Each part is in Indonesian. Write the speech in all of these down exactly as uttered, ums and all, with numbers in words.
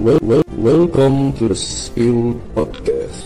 Well, well, welcome to the Spill Podcast.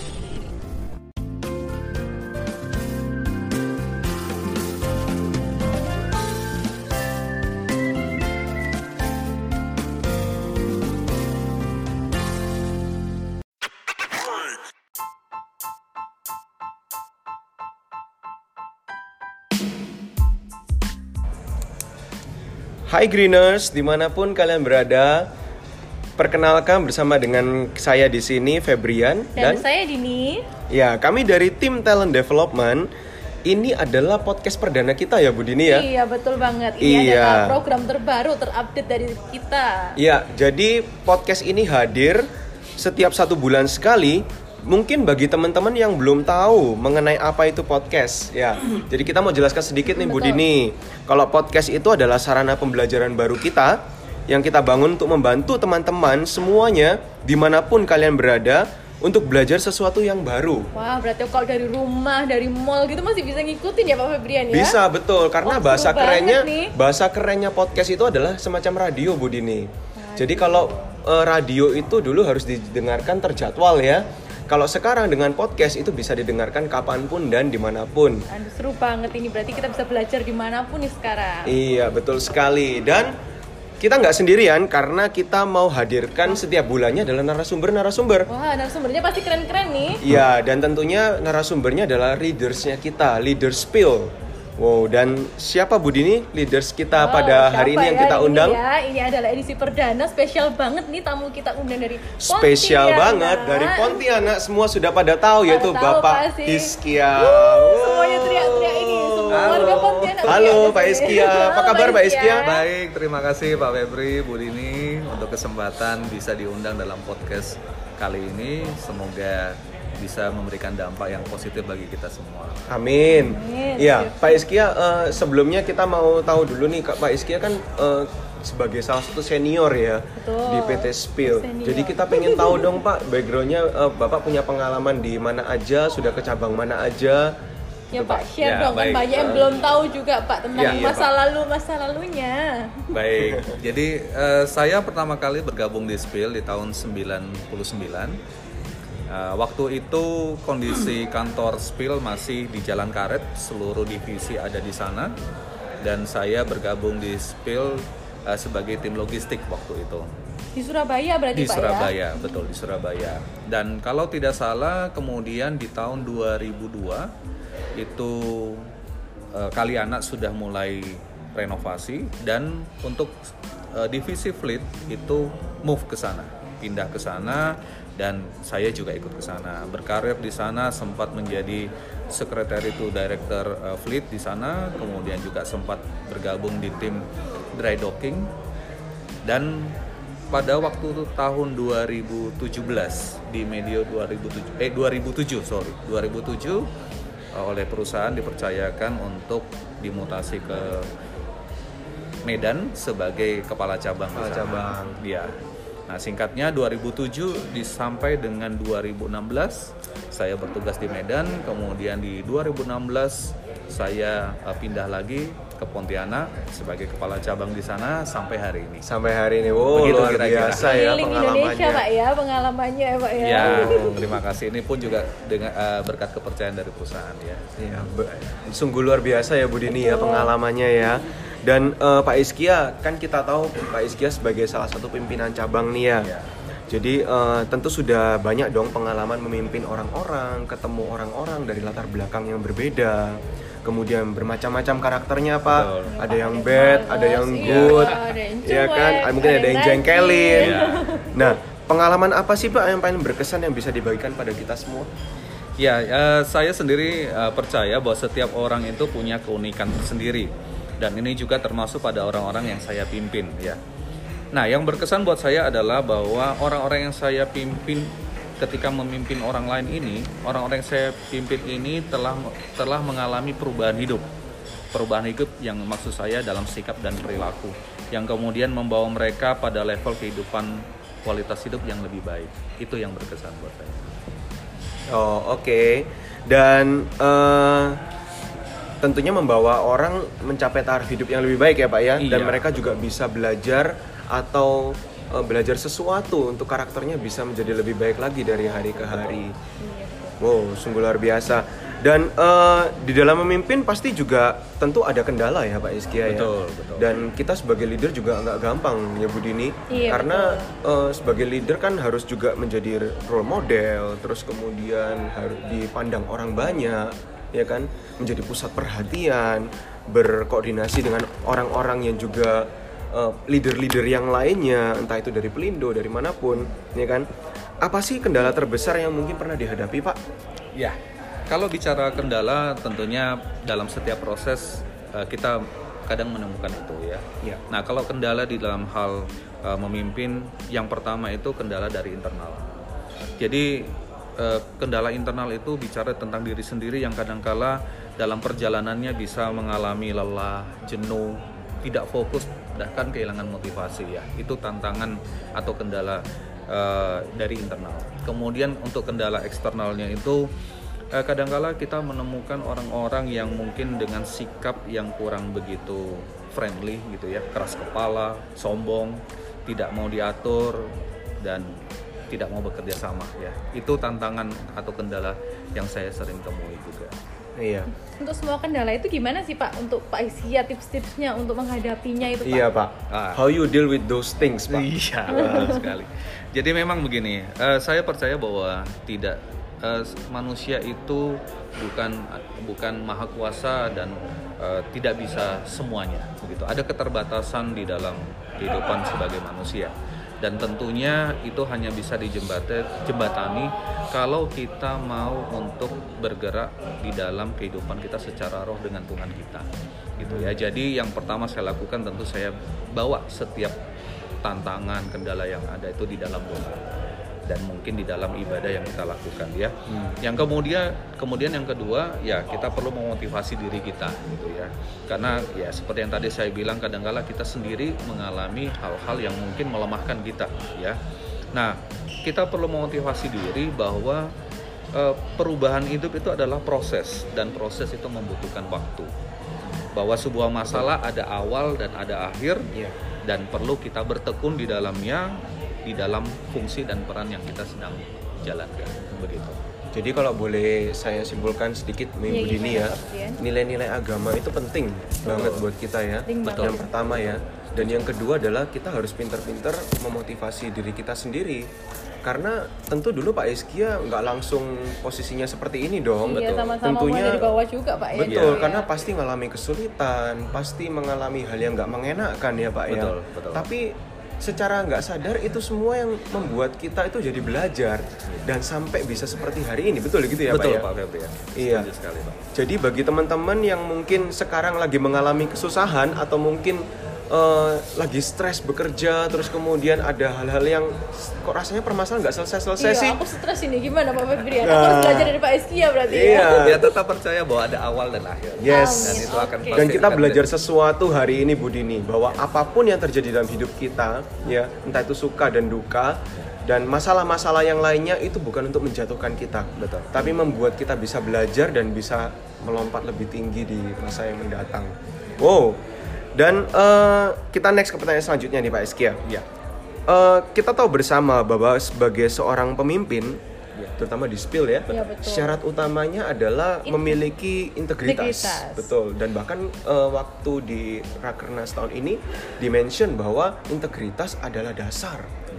Hai Greeners, dimanapun kalian berada, perkenalkan bersama dengan saya di sini Febrian dan, dan saya Dini. Ya, kami dari tim Talent Development. Ini adalah podcast perdana kita ya Bu Dini ya? Iya betul banget. Ini iya. adalah program terbaru terupdate dari kita. Iya, jadi podcast ini hadir setiap satu bulan sekali. Mungkin bagi teman-teman yang belum tahu mengenai apa itu podcast, ya. Jadi kita mau jelaskan sedikit nih Bu Dini. Kalau podcast itu adalah sarana pembelajaran baru kita yang kita bangun untuk membantu teman-teman semuanya dimanapun kalian berada untuk belajar sesuatu yang baru. Wah, berarti kalau dari rumah, dari mall gitu masih bisa ngikutin ya Pak Febrian ya? Bisa, betul. Karena oh, bahasa kerennya, bahasa kerennya podcast itu adalah semacam radio Bu Dini. Radio. Jadi kalau uh, radio itu dulu harus didengarkan terjadwal ya. Kalau sekarang dengan podcast itu bisa didengarkan kapanpun dan dimanapun. Aduh, seru banget ini, berarti kita bisa belajar dimanapun nih sekarang. Iya, betul sekali. Dan kita nggak sendirian karena kita mau hadirkan setiap bulannya adalah narasumber-narasumber. Wah, narasumbernya pasti keren-keren nih. Iya, dan tentunya narasumbernya adalah leadersnya kita, Leaders Spill. Wow, dan siapa Bu Dini leaders kita wow, pada hari ini yang ya kita undang? Ini, ya, ini adalah edisi perdana, spesial banget nih tamu kita undang dari Pontianak. Spesial banget dari Pontianak, semua sudah pada tahu pada yaitu tahu, Bapak Hiskia. Uh, semuanya teriak-teriak ini, semua Halo. warga Pontianak. Halo Pak Hiskia, apa kabar Pak Hiskia? Baik, terima kasih Pak Febri, Bu Dini untuk kesempatan bisa diundang dalam podcast kali ini. Semoga bisa memberikan dampak yang positif bagi kita semua. Amin. Iya, Pak Hiskia, uh, sebelumnya kita mau tahu dulu nih, Pak Hiskia kan uh, sebagai salah satu senior ya. Betul. Di P T Spill. Senior. Jadi kita pengen tahu dong Pak, backgroundnya uh, Bapak punya pengalaman di mana aja, sudah ke cabang mana aja. Ya Pak, share ya, dong, baik. kan banyak yang belum tahu juga Pak tentang ya, iya, masa Pak. lalu masa lalunya. Baik, jadi uh, saya pertama kali bergabung di Spill di tahun sembilan puluh sembilan. Uh, waktu itu kondisi kantor Spill masih di Jalan Karet, seluruh divisi ada di sana, dan saya bergabung di Spill uh, sebagai tim logistik waktu itu. Di Surabaya berarti di Pak Surabaya, ya? Betul, di Surabaya. Dan kalau tidak salah kemudian di tahun dua ribu dua itu uh, Kalianak sudah mulai renovasi, dan untuk uh, divisi fleet itu move ke sana, pindah ke sana. Dan saya juga ikut ke sana, berkarir di sana, sempat menjadi secretary to director uh, fleet di sana, kemudian juga sempat bergabung di tim dry docking. Dan pada waktu itu tahun dua ribu tujuh belas di medio dua ribu tujuh eh dua ribu tujuh sorry dua ribu tujuh uh, oleh perusahaan dipercayakan untuk dimutasi ke Medan sebagai kepala cabang. Kepala cabang. Ya. Nah, singkatnya dua ribu tujuh sampai dengan dua ribu enam belas saya bertugas di Medan, kemudian di dua ribu enam belas saya uh, pindah lagi ke Pontianak sebagai kepala cabang di sana sampai hari ini. Sampai hari ini, wow, begitu luar kira-kira. biasa ya pengalamannya. Indonesia Pak ya, pengalamannya ya Pak ya. Ya, terima kasih. Ini pun juga dengan uh, berkat kepercayaan dari perusahaan ya. Iya, sungguh luar biasa ya Bu Dini ya pengalamannya ya. Dan uh, Pak Hiskia, kan kita tahu Pak Hiskia sebagai salah satu pimpinan cabang nih ya. Ya. Jadi uh, tentu sudah banyak dong pengalaman memimpin orang-orang, ketemu orang-orang dari latar belakang yang berbeda. Kemudian bermacam-macam karakternya Pak. Betul. Ada yang bad, ada yang good, iya, ya kan? Mungkin ada yang jengkelin. Ya. Nah, pengalaman apa sih Pak yang paling berkesan yang bisa dibagikan pada kita semua? Ya, uh, saya sendiri uh, percaya bahwa setiap orang itu punya keunikan tersendiri. Dan ini juga termasuk pada orang-orang yang saya pimpin ya. Nah, yang berkesan buat saya adalah bahwa orang-orang yang saya pimpin ketika memimpin orang lain ini, orang-orang yang saya pimpin ini telah telah mengalami perubahan hidup. Perubahan hidup yang maksud saya dalam sikap dan perilaku, yang kemudian membawa mereka pada level kehidupan kualitas hidup yang lebih baik. Itu yang berkesan buat saya. Oh, oke. Okay. Dan uh... tentunya membawa orang mencapai taraf hidup yang lebih baik ya Pak ya. Iya. Dan mereka juga bisa belajar atau uh, belajar sesuatu untuk karakternya bisa menjadi lebih baik lagi dari hari ke hari. Wow, sungguh luar biasa. Dan uh, di dalam memimpin pasti juga tentu ada kendala ya Pak Iskia ya. Betul, betul. Dan kita sebagai leader juga nggak gampang ya Bu Dini. Iya, karena uh, sebagai leader kan harus juga menjadi role model, terus kemudian harus dipandang orang banyak, ya kan, menjadi pusat perhatian, berkoordinasi dengan orang-orang yang juga uh, leader-leader yang lainnya, entah itu dari Pelindo, dari manapun, ya kan. Apa sih kendala terbesar yang mungkin pernah dihadapi Pak? Ya, kalau bicara kendala tentunya dalam setiap proses uh, kita kadang menemukan itu ya. Ya. Nah, kalau kendala di dalam hal uh, memimpin, yang pertama itu kendala dari internal. Jadi uh, kendala internal itu bicara tentang diri sendiri yang kadangkala dalam perjalanannya bisa mengalami lelah, jenuh, tidak fokus, bahkan kehilangan motivasi ya. Itu tantangan atau kendala uh, dari internal. Kemudian untuk kendala eksternalnya itu uh, kadangkala kita menemukan orang-orang yang mungkin dengan sikap yang kurang begitu friendly gitu ya, keras kepala, sombong, tidak mau diatur dan tidak mau bekerja sama ya. Itu tantangan atau kendala yang saya sering temui juga. Iya. Untuk semua kendala itu gimana sih Pak? Untuk Pak Iskia tips-tipsnya untuk menghadapinya itu Pak? Iya Pak. Ah. How you deal with those things Pak? Iya, betul sekali. Jadi memang begini, uh, saya percaya bahwa tidak uh, manusia itu bukan bukan maha kuasa dan uh, tidak bisa semuanya, begitu. Ada keterbatasan di dalam kehidupan sebagai manusia. Dan tentunya itu hanya bisa dijembatani kalau kita mau untuk bergerak di dalam kehidupan kita secara roh dengan Tuhan kita, gitu ya. Jadi yang pertama saya lakukan tentu saya bawa setiap tantangan, kendala yang ada itu di dalam doa dan mungkin di dalam ibadah yang kita lakukan ya. Hmm. Yang kemudian kemudian yang kedua ya kita perlu memotivasi diri kita gitu ya. Karena ya seperti yang tadi saya bilang kadang-kala kita sendiri mengalami hal-hal yang mungkin melemahkan kita ya. Nah, kita perlu memotivasi diri bahwa e, perubahan hidup itu adalah proses dan proses itu membutuhkan waktu. Bahwa sebuah masalah ada awal dan ada akhir yeah. dan perlu kita bertekun di dalamnya, di dalam fungsi dan peran yang kita sedang jalankan begitu. Jadi kalau boleh saya simpulkan sedikit Ibu Ya, Dini ya, ya, nilai-nilai agama itu penting Betul. banget buat kita ya. Betul. Yang pertama ya, dan yang kedua adalah kita harus pintar-pintar memotivasi diri kita sendiri. Karena tentu dulu Pak Iskia nggak langsung posisinya seperti ini dong. Iya, betul. sama-sama Tentunya mau dari bawah juga Pak ya. betul, Ya. karena pasti mengalami kesulitan, pasti mengalami hal yang nggak mengenakan ya Pak Betul, ya. betul. Tapi secara nggak sadar itu semua yang membuat kita itu jadi belajar dan sampai bisa seperti hari ini, betul gitu ya Betul Pak ya? Pak Febri ya. Iya. Setuju sekali Pak. Jadi bagi teman-teman yang mungkin sekarang lagi mengalami kesusahan atau mungkin uh, lagi stres bekerja, terus kemudian ada hal-hal yang kok rasanya permasalahan nggak selesai-selesai Iya, sih. aku stres ini gimana Pak Febrian? Nah. Aku harus belajar dari Pak Iskia berarti Iya. ya. Ya tetap percaya bahwa ada awal dan akhir. Yes. Dan itu akan Oke. pasti Dan kita akan belajar ada- sesuatu hari ini Bu Dini, bahwa apapun yang terjadi dalam hidup kita, ya entah itu suka dan duka, dan masalah-masalah yang lainnya itu bukan untuk menjatuhkan kita, Betul. tapi membuat kita bisa belajar dan bisa melompat lebih tinggi di masa yang mendatang. Wow. Dan uh, kita next ke pertanyaan selanjutnya nih Pak Iskia. Ya. Uh, kita tahu bersama bahwa sebagai seorang pemimpin, Ya. terutama di Spill ya, Ya, betul. syarat utamanya adalah In- memiliki integritas. Integritas. Betul. Dan bahkan uh, waktu di Rakernas tahun ini dimention bahwa integritas adalah dasar,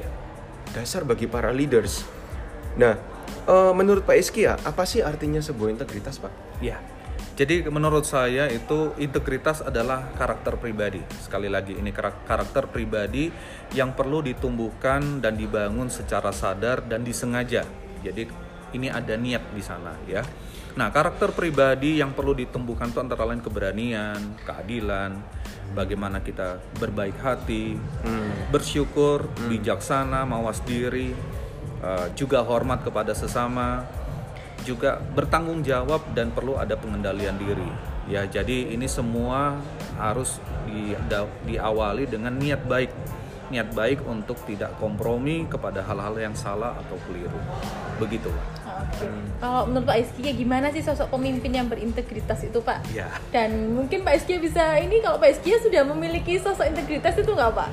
dasar bagi para leaders. Nah, uh, menurut Pak Iskia, apa sih artinya sebuah integritas, Pak? Ya. Jadi menurut saya itu integritas adalah karakter pribadi. Sekali lagi ini karak- karakter pribadi yang perlu ditumbuhkan dan dibangun secara sadar dan disengaja. Jadi ini ada niat di sana ya. Nah, karakter pribadi yang perlu ditumbuhkan itu antara lain keberanian, keadilan, bagaimana kita berbaik hati, Hmm. bersyukur, bijaksana, mawas diri, uh, juga hormat kepada sesama, juga bertanggung jawab dan perlu ada pengendalian diri. Ya, jadi ini semua harus di, da, diawali dengan niat baik. Niat baik untuk tidak kompromi kepada hal-hal yang salah atau keliru. Begitu, Pak. Oke. Kalau menurut Pak Iskia gimana sih sosok pemimpin yang berintegritas itu Pak? Ya. Dan mungkin Pak Iskia bisa ini kalau Pak Iskia sudah memiliki sosok integritas itu nggak Pak?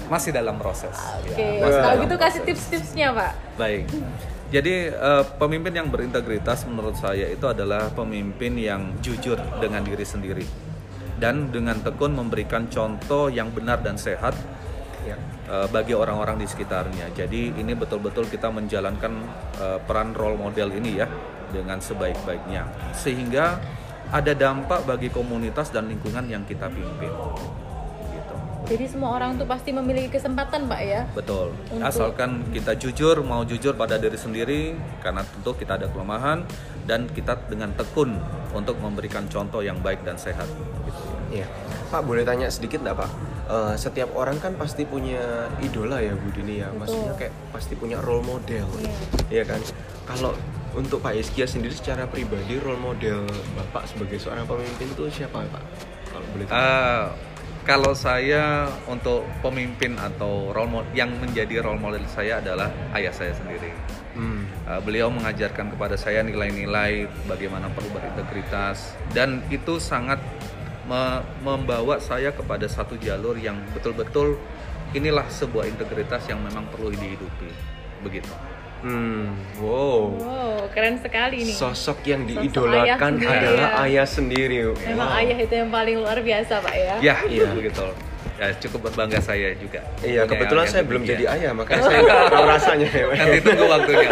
masih dalam proses. Oke, Ya, masih kalau dalam gitu kasih proses. tips-tipsnya Pak. Baik. Jadi eh, pemimpin yang berintegritas menurut saya itu adalah pemimpin yang jujur dengan diri sendiri dan dengan tekun memberikan contoh yang benar dan sehat Ya. eh, bagi orang-orang di sekitarnya. Jadi ini betul-betul kita menjalankan eh, peran role model ini ya dengan sebaik-baiknya sehingga ada dampak bagi komunitas dan lingkungan yang kita pimpin. Gitu. Jadi semua orang tuh pasti memiliki kesempatan Pak ya. Betul. Untuk- Asalkan kita jujur, mau jujur pada diri sendiri, karena tentu kita ada kelemahan dan kita dengan tekun untuk memberikan contoh yang baik dan sehat. Gitu. Iya. Pak, boleh tanya sedikit nggak Pak? Eh, setiap orang kan pasti punya idola ya Bu Dini ya. Maksudnya kayak pasti punya role model. Iya kan? Kalau untuk Pak Hizkia sendiri secara pribadi role model Bapak sebagai seorang pemimpin itu siapa Pak? Kalau boleh tahu. Uh, kalau saya untuk pemimpin atau role model yang menjadi role model saya adalah ayah saya sendiri. Hmm. Uh, beliau mengajarkan kepada saya nilai-nilai bagaimana perlu berintegritas dan itu sangat me- membawa saya kepada satu jalur yang betul-betul inilah sebuah integritas yang memang perlu dihidupi. Begitu. Hmm. Wow. Wow, keren sekali nih. Sosok yang Sosok diidolakan ayah sendiri, adalah ya. ayah sendiri. Memang Wow. ayah itu yang paling luar biasa Pak ya. Ya, Iya. begitu. Ya, cukup berbangga saya juga. Iya, Punya kebetulan ayah saya belum demikian. jadi ayah, makanya saya nggak tahu rasanya. ya, Pak. Nanti tunggu waktunya.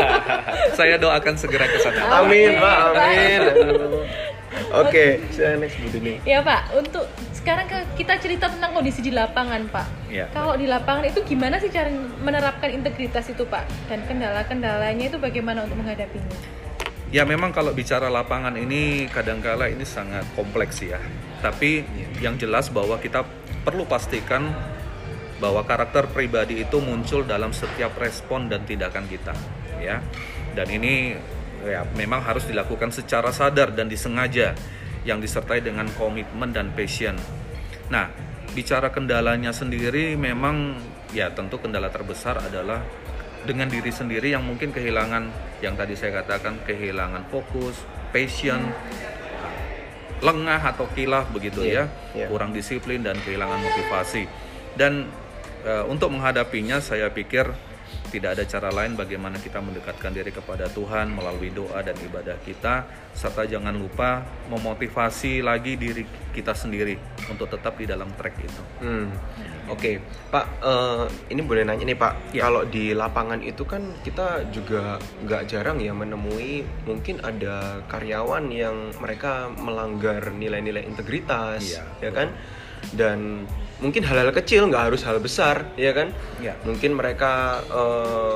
Saya doakan segera ke sana. Amin, Pak. Amin, Pak. Amin. Aduh. Oke, saya next Bu Dini. Ya Pak, untuk sekarang ke- kita cerita tentang kondisi di lapangan Pak. Ya. Kalau di lapangan itu gimana sih cara menerapkan integritas itu Pak? Dan kendala-kendalanya itu bagaimana untuk menghadapinya? Ya memang kalau bicara lapangan ini kadangkala ini sangat kompleks ya. Tapi yang jelas bahwa kita perlu pastikan bahwa karakter pribadi itu muncul dalam setiap respon dan tindakan kita, ya. Dan ini ya memang harus dilakukan secara sadar dan disengaja yang disertai dengan komitmen dan passion. Nah, bicara kendalanya sendiri memang ya tentu kendala terbesar adalah dengan diri sendiri yang mungkin kehilangan yang tadi saya katakan kehilangan fokus, passion, lengah atau kilaf begitu Iya, ya, iya. kurang disiplin dan kehilangan motivasi. Dan e, untuk menghadapinya saya pikir tidak ada cara lain bagaimana kita mendekatkan diri kepada Tuhan melalui doa dan ibadah kita, serta jangan lupa memotivasi lagi diri kita sendiri untuk tetap di dalam track itu. Hmm. Oke, Pak. eh, ini boleh nanya nih Pak. Ya. Kalau di lapangan itu kan kita juga nggak jarang ya menemui mungkin ada karyawan yang mereka melanggar nilai-nilai integritas, Iya, ya kan? Dan mungkin hal-hal kecil nggak harus hal besar, ya kan? Ya. Mungkin mereka eh,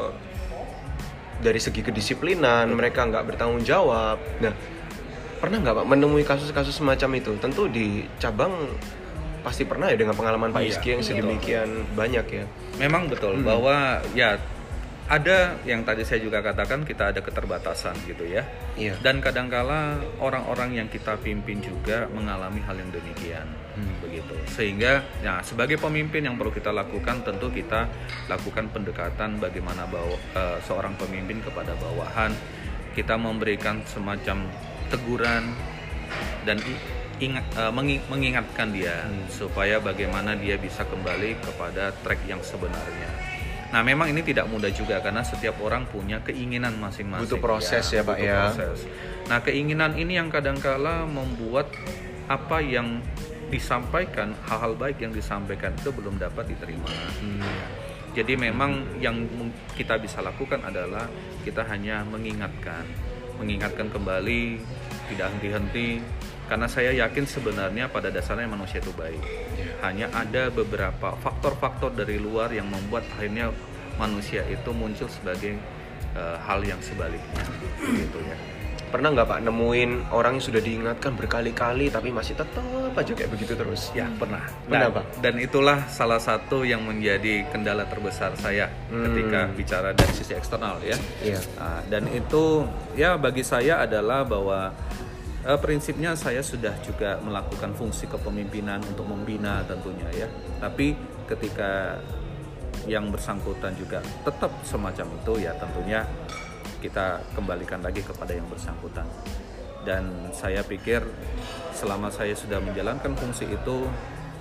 dari segi kedisiplinan mereka nggak bertanggung jawab. Nah, pernah nggak Pak menemui kasus-kasus semacam itu? Tentu di cabang pasti pernah ya dengan pengalaman Pak Iya, Hizkia yang betul. sedemikian banyak ya. Memang betul Hmm. bahwa ya ada yang tadi saya juga katakan kita ada keterbatasan gitu ya. Iya. Dan kadangkala orang-orang yang kita pimpin juga mengalami hal yang demikian. Hmm. Begitu. Sehingga ya sebagai pemimpin yang perlu kita lakukan tentu kita lakukan pendekatan bagaimana bawa, eh, seorang pemimpin kepada bawahan. Kita memberikan semacam teguran dan i- ingat, eh, mengi- mengingatkan dia Hmm. supaya bagaimana dia bisa kembali kepada track yang sebenarnya. Nah, memang ini tidak mudah juga karena setiap orang punya keinginan masing-masing. Butuh proses ya, Pak, butuh ya. proses. Nah, keinginan ini yang kadangkala membuat apa yang disampaikan, hal-hal baik yang disampaikan itu belum dapat diterima. Hmm. Jadi memang yang mung- kita bisa lakukan adalah kita hanya mengingatkan, mengingatkan kembali, tidak henti-henti. Karena saya yakin sebenarnya pada dasarnya manusia itu baik. Hanya ada beberapa faktor-faktor dari luar yang membuat akhirnya manusia itu muncul sebagai uh, hal yang sebaliknya, begitu ya. Pernah nggak Pak nemuin orang yang sudah diingatkan berkali-kali tapi masih tetap aja kayak begitu terus? Ya pernah. Pernah, Dan, Pak? dan itulah salah satu yang menjadi kendala terbesar saya Hmm. ketika bicara dari sisi eksternal ya. Iya. Nah, dan itu ya bagi saya adalah bahwa eh, prinsipnya saya sudah juga melakukan fungsi kepemimpinan untuk membina tentunya ya. Tapi ketika yang bersangkutan juga tetap semacam itu ya tentunya kita kembalikan lagi kepada yang bersangkutan. Dan saya pikir selama saya sudah menjalankan fungsi itu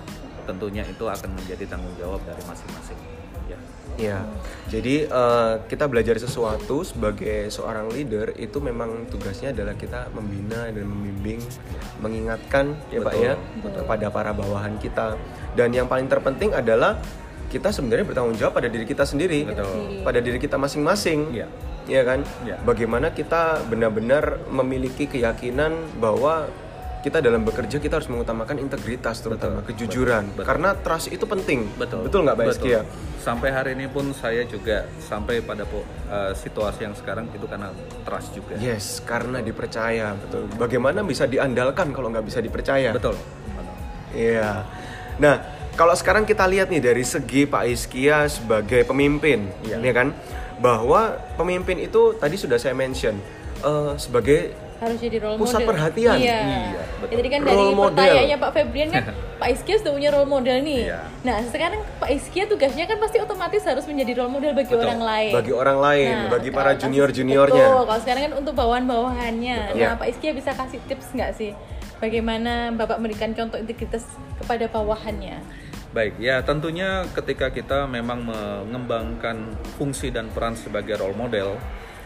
tentunya itu akan menjadi tanggung jawab dari masing-masing. Ya. Ya, jadi uh, kita belajar sesuatu sebagai seorang leader itu memang tugasnya adalah kita membina dan membimbing, mengingatkan ya Pak ya kepada para bawahan kita. Dan yang paling terpenting adalah kita sebenarnya bertanggung jawab pada diri kita sendiri, Betul. pada diri kita masing-masing, Ya. ya kan? Ya. Bagaimana kita benar-benar memiliki keyakinan bahwa kita dalam bekerja kita harus mengutamakan integritas, terutama Betul, kejujuran, betul, betul. karena trust itu penting. Betul. Betul nggak Pak Eski ya? Sampai hari ini pun saya juga sampai pada uh, situasi yang sekarang itu karena trust juga. Yes, karena dipercaya, betul. Bagaimana bisa diandalkan kalau nggak bisa dipercaya? Betul. Iya. Nah, kalau sekarang kita lihat nih dari segi Pak Hizkia sebagai pemimpin, Iya. ya kan, bahwa pemimpin itu tadi sudah saya mention uh, sebagai Harus jadi role pusat model. perhatian. Iya. Iya, betul. Ya, tadi kan Role dari model. pertanyaannya Pak Febrian kan Pak Hizkia sudah punya role model nih. Iya. Nah sekarang Pak Hizkia tugasnya kan pasti otomatis harus menjadi role model bagi Betul. orang lain. Bagi orang lain, Nah, bagi para kalau- junior-juniornya. Betul. Kalau sekarang kan untuk bawahan-bawahannya. Betul. Nah Iya. Pak Hizkia bisa kasih tips nggak sih? Bagaimana Bapak memberikan contoh integritas kepada bawahannya? Baik, ya tentunya ketika kita memang mengembangkan fungsi dan peran sebagai role model,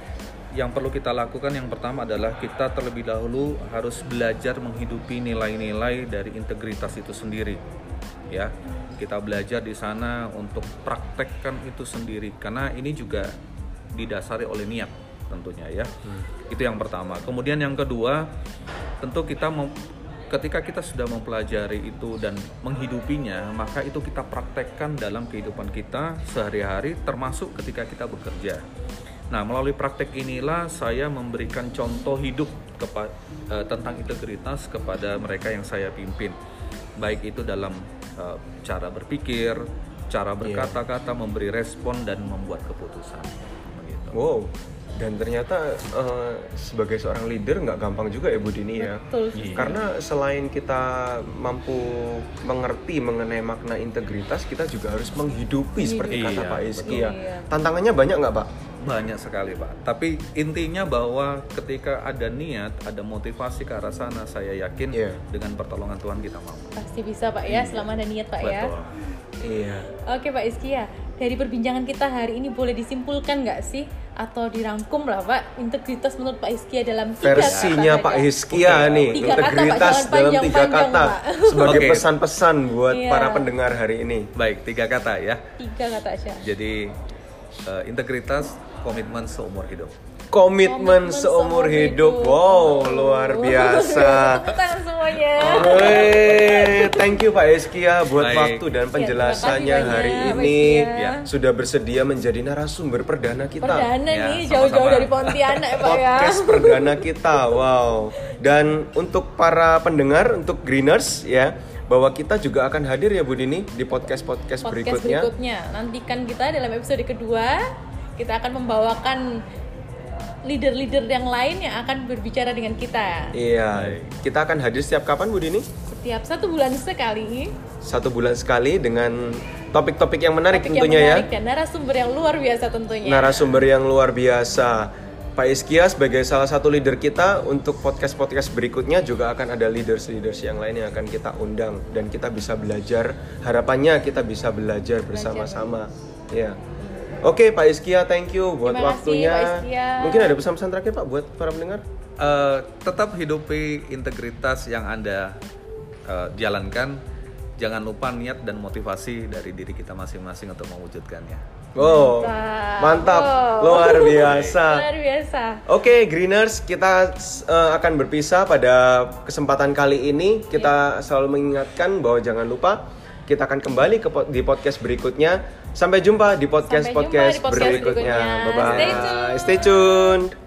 yang perlu kita lakukan yang pertama adalah kita terlebih dahulu harus belajar menghidupi nilai-nilai dari integritas itu sendiri. Ya, kita belajar di sana untuk praktekkan itu sendiri karena ini juga didasari oleh niat tentunya ya. Hmm. Itu yang pertama. Kemudian yang kedua, tentu kita mau ketika kita sudah mempelajari itu dan menghidupinya, maka itu kita praktekkan dalam kehidupan kita sehari-hari termasuk ketika kita bekerja. Nah, melalui praktek inilah saya memberikan contoh hidup kepa- uh, tentang integritas kepada mereka yang saya pimpin. Baik itu dalam uh, cara berpikir, cara berkata-kata, memberi respon dan membuat keputusan. Begitu. Wow. Dan ternyata uh, sebagai seorang leader nggak gampang juga ya Bu Dini ya. Betul. Iya. Karena selain kita mampu mengerti mengenai makna integritas, kita juga harus menghidupi seperti Iya, kata Pak Hizkia. betul. Tantangannya banyak nggak Pak? Banyak sekali Pak, tapi intinya bahwa ketika ada niat, ada motivasi ke arah sana, saya yakin Iya. dengan pertolongan Tuhan kita mampu. Pasti bisa Pak ya, selama ada niat Pak ya. Betul. Iya. Oke Pak Hizkia, dari perbincangan kita hari ini boleh disimpulkan nggak sih atau dirangkum lah Pak integritas menurut Pak Hizkia dalam tiga Versinya kata Pak saja. Hizkia Oke. nih, Tiga kata, Pak, integritas jangan dalam tiga panjang-panjang, kata Pak. sebagai Oke. pesan-pesan buat Iya. para pendengar hari ini. Baik, tiga kata ya. Tiga kata aja. Jadi eh, integritas, komitmen seumur hidup. Komitmen seumur hidup. Wow, luar biasa. Tepuk tangan semuanya. Wey, thank you Pak Hizkia buat Baik. waktu dan penjelasannya terima kasih hari banyak, Pak ini. Hizkia. Ya. Sudah bersedia menjadi narasumber perdana kita. Perdana Ya, nih, jauh-jauh sama-sama. dari Pontianak ya Pak ya. Podcast perdana kita. Wow. Dan untuk para pendengar, untuk Greeners ya, bahwa kita juga akan hadir ya Bu Dini di podcast-podcast Podcast berikutnya. berikutnya. Nantikan kita dalam episode kedua, kita akan membawakan leader-leader yang lain yang akan berbicara dengan kita. Iya. Kita akan hadir setiap kapan Bu Dini? Setiap satu bulan sekali. Satu bulan sekali dengan topik-topik yang menarik Topik yang tentunya menarik ya. dan narasumber yang luar biasa tentunya. Narasumber yang luar biasa. Pak Hizkia sebagai salah satu leader kita untuk podcast-podcast berikutnya juga akan ada leaders-leaders yang lain yang akan kita undang dan kita bisa belajar. Harapannya kita bisa belajar bersama-sama. Ya. Oke Pak Hizkia, thank you buat Terima kasih, waktunya. Pak Hizkia. Mungkin ada pesan-pesan terakhir Pak buat para pendengar? Eh, tetap hidupi integritas yang Anda eh, jalankan. Jangan lupa niat dan motivasi dari diri kita masing-masing untuk mewujudkannya. Wow, mantap, Wow. luar biasa. Luar biasa. Oke, Greeners, kita uh, akan berpisah pada kesempatan kali ini. Kita selalu mengingatkan bahwa jangan lupa kita akan kembali ke po- di podcast berikutnya. Sampai jumpa di podcast-podcast Sampai jumpa di podcast berikutnya. berikutnya. Bye bye. Stay tuned. Stay tuned.